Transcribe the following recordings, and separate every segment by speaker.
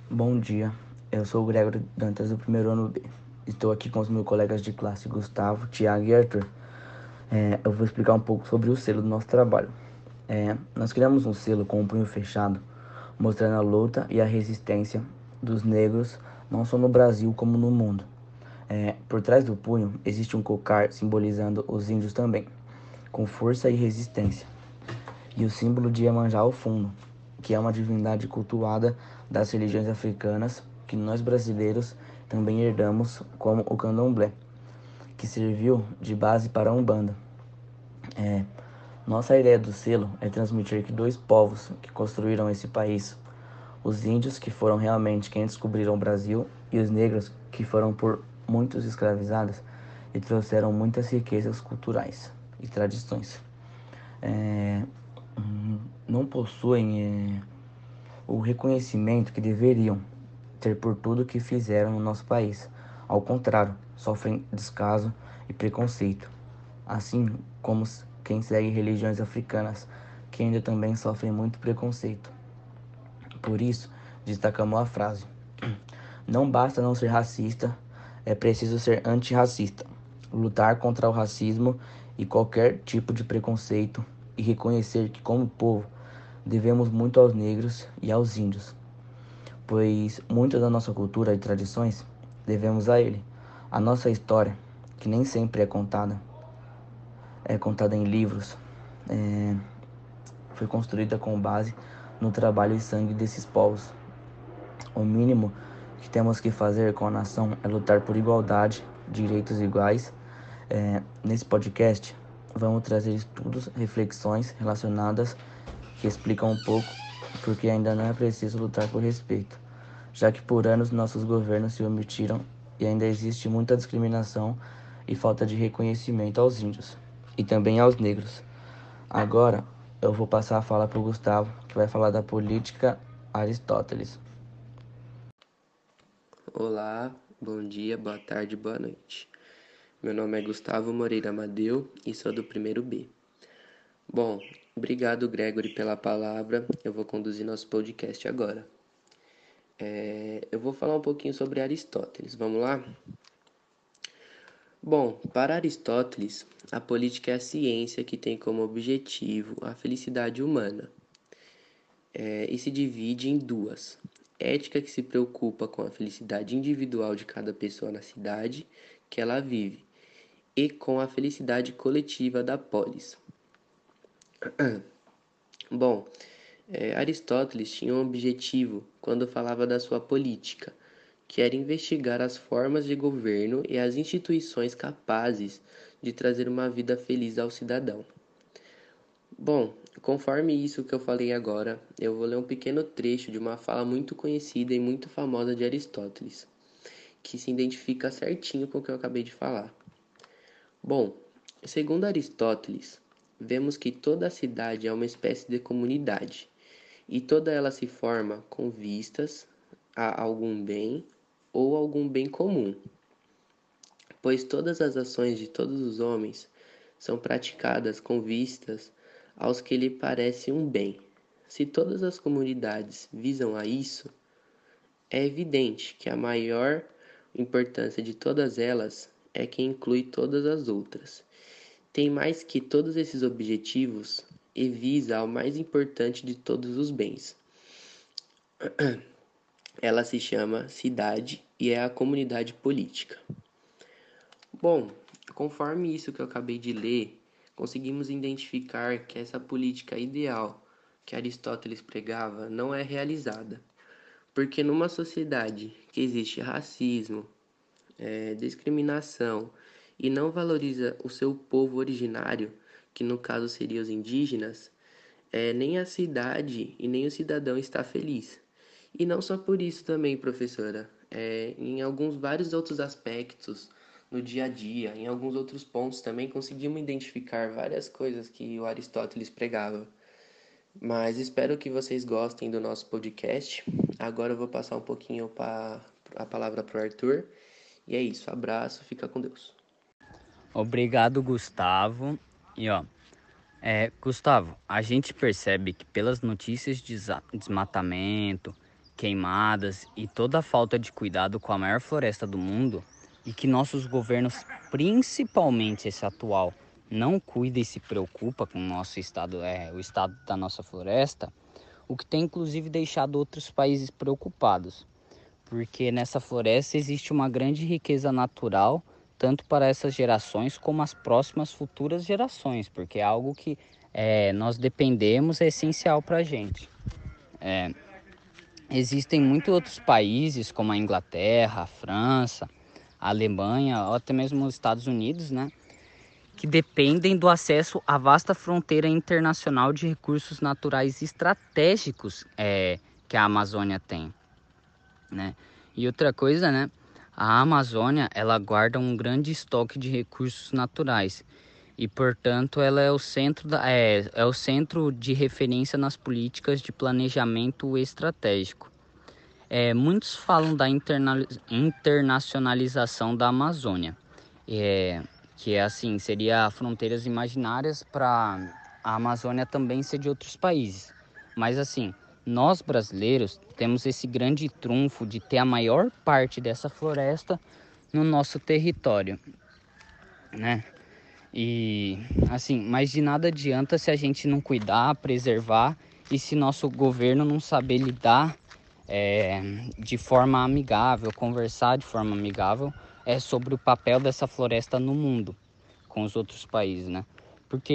Speaker 1: Bom dia, eu sou o Gregory Dantas do primeiro ano B. Estou aqui com os meus colegas de classe Gustavo, Thiago e Arthur. Eu vou explicar um pouco sobre o selo do nosso trabalho. Nós criamos um selo com um punho fechado, mostrando a luta e a resistência dos negros, não só no Brasil como no mundo. Por trás do punho existe um cocar simbolizando os índios também, com força e resistência. E o símbolo de Iemanjá ao fundo, que é uma divindade cultuada das religiões africanas que nós brasileiros também herdamos, como o candomblé, que serviu de base para a Umbanda. Nossa ideia do selo é transmitir que dois povos que construíram esse país, os índios, que foram realmente quem descobriram o Brasil, e os negros, que foram por muitos escravizados e trouxeram muitas riquezas culturais e tradições. É, não possuem o reconhecimento que deveriam ter por tudo que fizeram no nosso país. Ao contrário, sofrem descaso e preconceito, assim como quem segue religiões africanas, que ainda também sofrem muito preconceito. Por isso, destacamos a frase: não basta não ser racista, é preciso ser antirracista, lutar contra o racismo e qualquer tipo de preconceito e reconhecer que, como povo, devemos muito aos negros e aos índios, pois muita da nossa cultura e tradições devemos a ele. A nossa história, que nem sempre é contada em livros, é, foi construída com base no trabalho e sangue desses povos. O mínimo que temos que fazer com a nação é lutar por igualdade, direitos iguais. Nesse podcast, vamos trazer estudos, reflexões relacionadas que explicam um pouco porque ainda não é preciso lutar por respeito, já que por anos nossos governos se omitiram e ainda existe muita discriminação e falta de reconhecimento aos índios e também aos negros. Agora eu vou passar a fala para o Gustavo, que vai falar da política Aristóteles.
Speaker 2: Olá, bom dia, boa tarde, boa noite. Meu nome é Gustavo Moreira Amadeu e sou do primeiro B. Bom, obrigado, Gregory, pela palavra. Eu vou conduzir nosso podcast agora. Eu vou falar um pouquinho sobre Aristóteles. Vamos lá? Bom, para Aristóteles, a política é a ciência que tem como objetivo a felicidade humana. E se divide em duas: ética, que se preocupa com a felicidade individual de cada pessoa na cidade que ela vive, e com a felicidade coletiva da polis. Bom, Aristóteles tinha um objetivo quando falava da sua política, que era investigar as formas de governo e as instituições capazes de trazer uma vida feliz ao cidadão. Bom, conforme isso que eu falei agora, eu vou ler um pequeno trecho de uma fala muito conhecida e muito famosa de Aristóteles, que se identifica certinho com o que eu acabei de falar. Bom, segundo Aristóteles, vemos que toda a cidade é uma espécie de comunidade, e toda ela se forma com vistas a algum bem ou algum bem comum, pois todas as ações de todos os homens são praticadas com vistas aos que lhe parece um bem. Se todas as comunidades visam a isso, é evidente que a maior importância de todas elas é que inclui todas as outras. Tem mais que todos esses objetivos e visa ao mais importante de todos os bens. Ela se chama cidade e é a comunidade política. Bom, conforme isso que eu acabei de ler, conseguimos identificar que essa política ideal que Aristóteles pregava não é realizada. Porque numa sociedade que existe racismo, discriminação e não valoriza o seu povo originário, que no caso seriam os indígenas, nem a cidade e nem o cidadão está feliz. E não só por isso também, professora. Em alguns vários outros aspectos no dia a dia, em alguns outros pontos também conseguimos identificar várias coisas que o Aristóteles pregava. Mas espero que vocês gostem do nosso podcast. Agora eu vou passar um pouquinho a palavra para o Arthur. E é isso, abraço, fica com Deus.
Speaker 3: Obrigado, Gustavo. E ó, Gustavo, a gente percebe que pelas notícias de desmatamento, queimadas e toda a falta de cuidado com a maior floresta do mundo, e que nossos governos, principalmente esse atual, não cuida e se preocupa com o nosso estado, o estado da nossa floresta, o que tem inclusive deixado outros países preocupados, porque nessa floresta existe uma grande riqueza natural, tanto para essas gerações como as próximas futuras gerações, porque é algo que nós dependemos, é essencial para a gente. Existem muitos outros países, como a Inglaterra, a França, a Alemanha, ou até mesmo os Estados Unidos, né, que dependem do acesso à vasta fronteira internacional de recursos naturais estratégicos que a Amazônia tem, né? E outra coisa, né, a Amazônia, ela guarda um grande estoque de recursos naturais e, portanto, ela é o centro de referência nas políticas de planejamento estratégico. Muitos falam da internacionalização da Amazônia, que é assim, seria fronteiras imaginárias para a Amazônia também ser de outros países. Mas assim, nós brasileiros temos esse grande trunfo de ter a maior parte dessa floresta no nosso território, né? E assim, mas de nada adianta se a gente não cuidar, preservar e se nosso governo não saber lidar de forma amigável, conversar de forma amigável sobre o papel dessa floresta no mundo com os outros países, né? Porque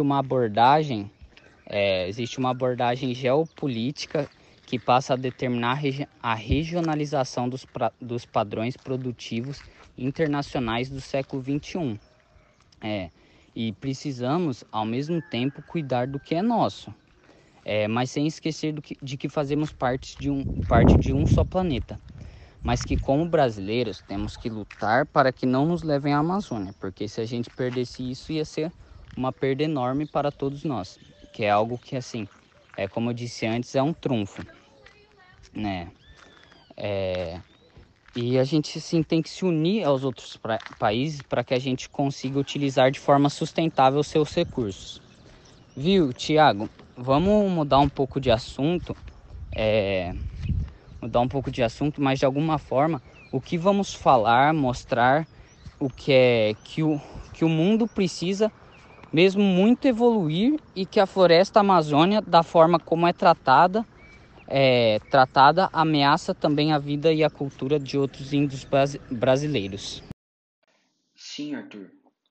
Speaker 3: existe uma abordagem geopolítica que passa a determinar a regionalização dos padrões produtivos internacionais do século XXI. E precisamos, ao mesmo tempo, cuidar do que é nosso, mas sem esquecer de que fazemos parte de um só planeta. Mas que, como brasileiros, temos que lutar para que não nos levem à Amazônia, porque se a gente perdesse isso, ia ser uma perda enorme para todos nós, que é algo que, assim, como eu disse antes, é um trunfo, né? E a gente, sim, tem que se unir aos outros países para que a gente consiga utilizar de forma sustentável seus recursos. Viu, Tiago? Vamos mudar um pouco de assunto, mas de alguma forma, o que vamos falar, mostrar o que é que o mundo precisa mesmo muito evoluir, e que a floresta amazônica, da forma como tratada, ameaça também a vida e a cultura de outros índios brasileiros.
Speaker 4: Sim, Arthur.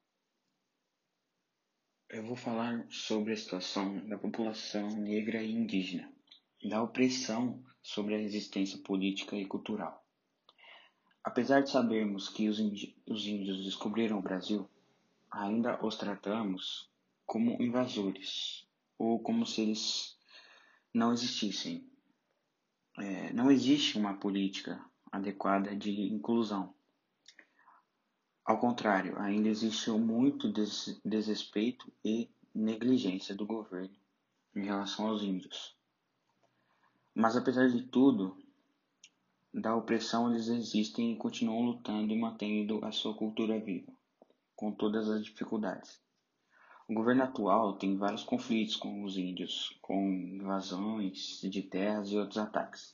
Speaker 4: Eu vou falar sobre a situação da população negra e indígena, da opressão sobre a resistência política e cultural. Apesar de sabermos que os índios descobriram o Brasil, ainda os tratamos como invasores, ou como se eles não existissem. Não existe uma política adequada de inclusão. Ao contrário, ainda existe muito desrespeito e negligência do governo em relação aos índios. Mas apesar de tudo, da opressão, eles existem e continuam lutando e mantendo a sua cultura viva, com todas as dificuldades. O governo atual tem vários conflitos com os índios, com invasões de terras e outros ataques.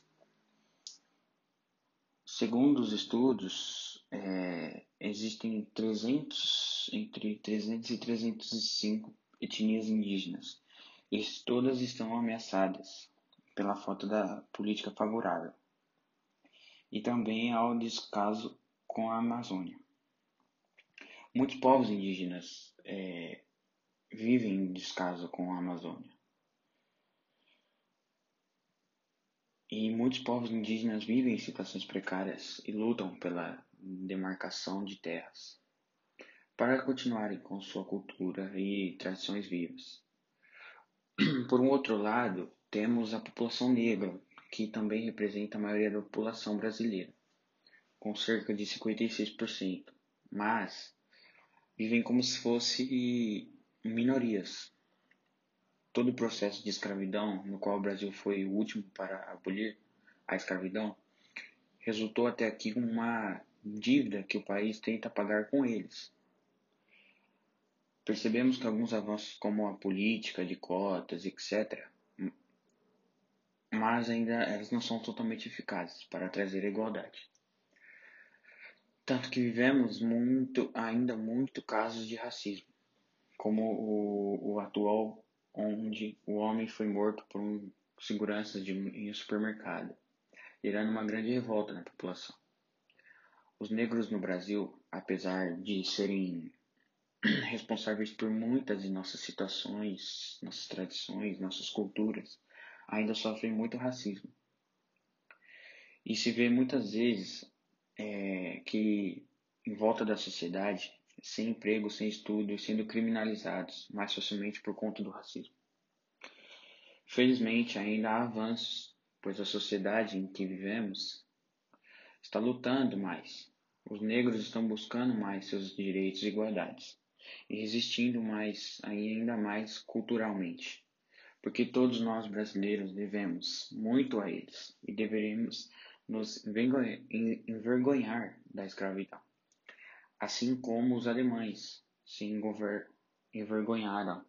Speaker 4: Segundo os estudos, existem entre 300 e 305 etnias indígenas, e todas estão ameaçadas pela falta da política favorável e também ao descaso com a Amazônia. Muitos povos indígenas vivem em descaso com a Amazônia. E muitos povos indígenas vivem em situações precárias e lutam pela demarcação de terras para continuarem com sua cultura e tradições vivas. Por um outro lado, temos a população negra, que também representa a maioria da população brasileira, com cerca de 56%, mas vivem como se fossem minorias. Todo o processo de escravidão, no qual o Brasil foi o último para abolir a escravidão, resultou até aqui com uma dívida que o país tenta pagar com eles. Percebemos que alguns avanços, como a política de cotas, etc., mas ainda elas não são totalmente eficazes para trazer igualdade. Tanto que vivemos ainda muito casos de racismo, como o atual, onde o homem foi morto por um segurança em um supermercado, gerando uma grande revolta na população. Os negros no Brasil, apesar de serem responsáveis por muitas de nossas situações, nossas tradições, nossas culturas, ainda sofrem muito racismo. E se vê muitas vezes que em volta da sociedade, sem emprego, sem estudo e sendo criminalizados mais facilmente por conta do racismo. Felizmente ainda há avanços, pois a sociedade em que vivemos está lutando mais. Os negros estão buscando mais seus direitos e igualdades e resistindo ainda mais culturalmente, porque todos nós brasileiros devemos muito a eles e deveríamos nos envergonhar da escravidão, assim como os alemães se envergonharam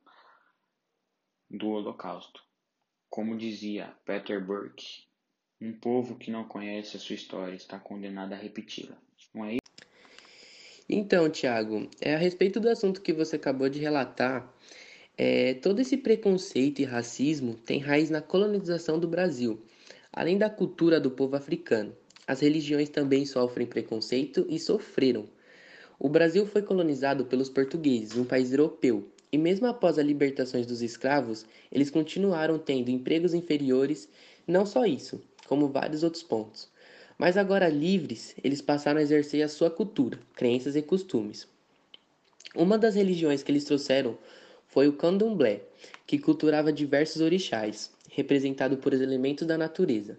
Speaker 4: do Holocausto. Como dizia Peter Burke, um povo que não conhece a sua história está condenado a repeti-la. Não é isso?
Speaker 2: Então, Thiago, a respeito do assunto que você acabou de relatar, todo esse preconceito e racismo tem raiz na colonização do Brasil, além da cultura do povo africano. As religiões também sofrem preconceito e sofreram. O Brasil foi colonizado pelos portugueses, um país europeu, e mesmo após as libertações dos escravos, eles continuaram tendo empregos inferiores, não só isso, como vários outros pontos. Mas agora livres, eles passaram a exercer a sua cultura, crenças e costumes. Uma das religiões que eles trouxeram foi o candomblé, que culturava diversos orixás, representado por elementos da natureza.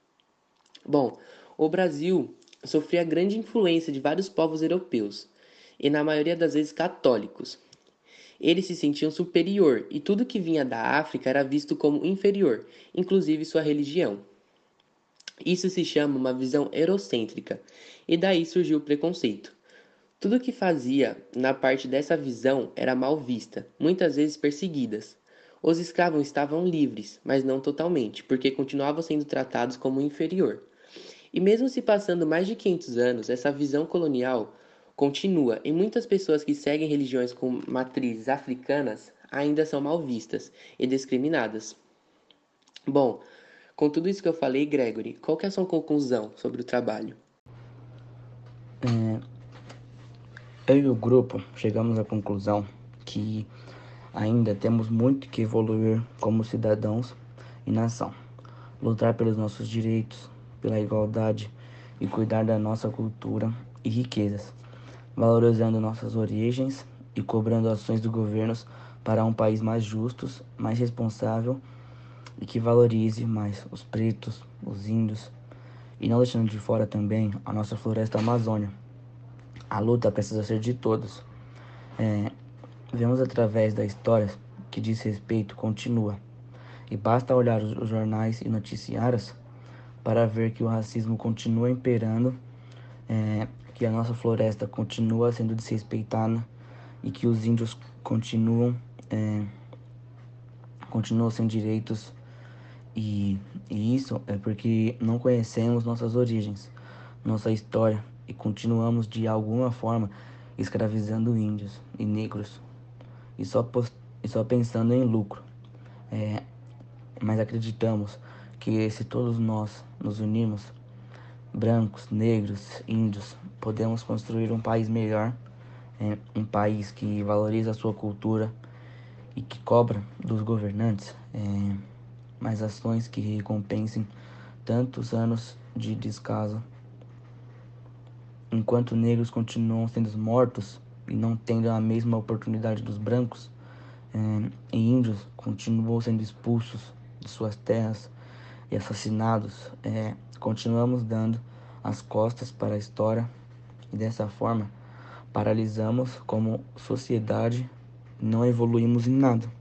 Speaker 2: Bom, o Brasil sofria grande influência de vários povos europeus, e na maioria das vezes católicos. Eles se sentiam superior e tudo que vinha da África era visto como inferior, inclusive sua religião. Isso se chama uma visão eurocêntrica, e daí surgiu o preconceito. Tudo que fazia na parte dessa visão era mal vista, muitas vezes perseguidas. Os escravos estavam livres, mas não totalmente, porque continuavam sendo tratados como inferior. E mesmo se passando mais de 500 anos, essa visão colonial continua, e muitas pessoas que seguem religiões com matrizes africanas ainda são mal vistas e discriminadas. Bom, com tudo isso que eu falei, Gregory, qual que é a sua conclusão sobre o trabalho?
Speaker 1: Eu e o grupo chegamos à conclusão que ainda temos muito que evoluir como cidadãos e nação, lutar pelos nossos direitos, pela igualdade e cuidar da nossa cultura e riquezas, valorizando nossas origens e cobrando ações do governo para um país mais justo, mais responsável e que valorize mais os pretos, os índios e não deixando de fora também a nossa floresta amazônica. A luta precisa ser de todos. Vemos através da história que diz respeito continua. E basta olhar os jornais e noticiários para ver que o racismo continua imperando, que a nossa floresta continua sendo desrespeitada e que os índios continuam sem direitos. E isso é porque não conhecemos nossas origens, nossa história e continuamos de alguma forma escravizando índios e negros e só pensando em lucro. Mas acreditamos que se todos nós nos unirmos, brancos, negros, índios, podemos construir um país melhor, um país que valoriza a sua cultura e que cobra dos governantes mais ações que recompensem tantos anos de descaso, enquanto negros continuam sendo mortos e não tendo a mesma oportunidade dos brancos, e índios continuam sendo expulsos de suas terras e assassinados, continuamos dando as costas para a história e dessa forma paralisamos como sociedade e não evoluímos em nada.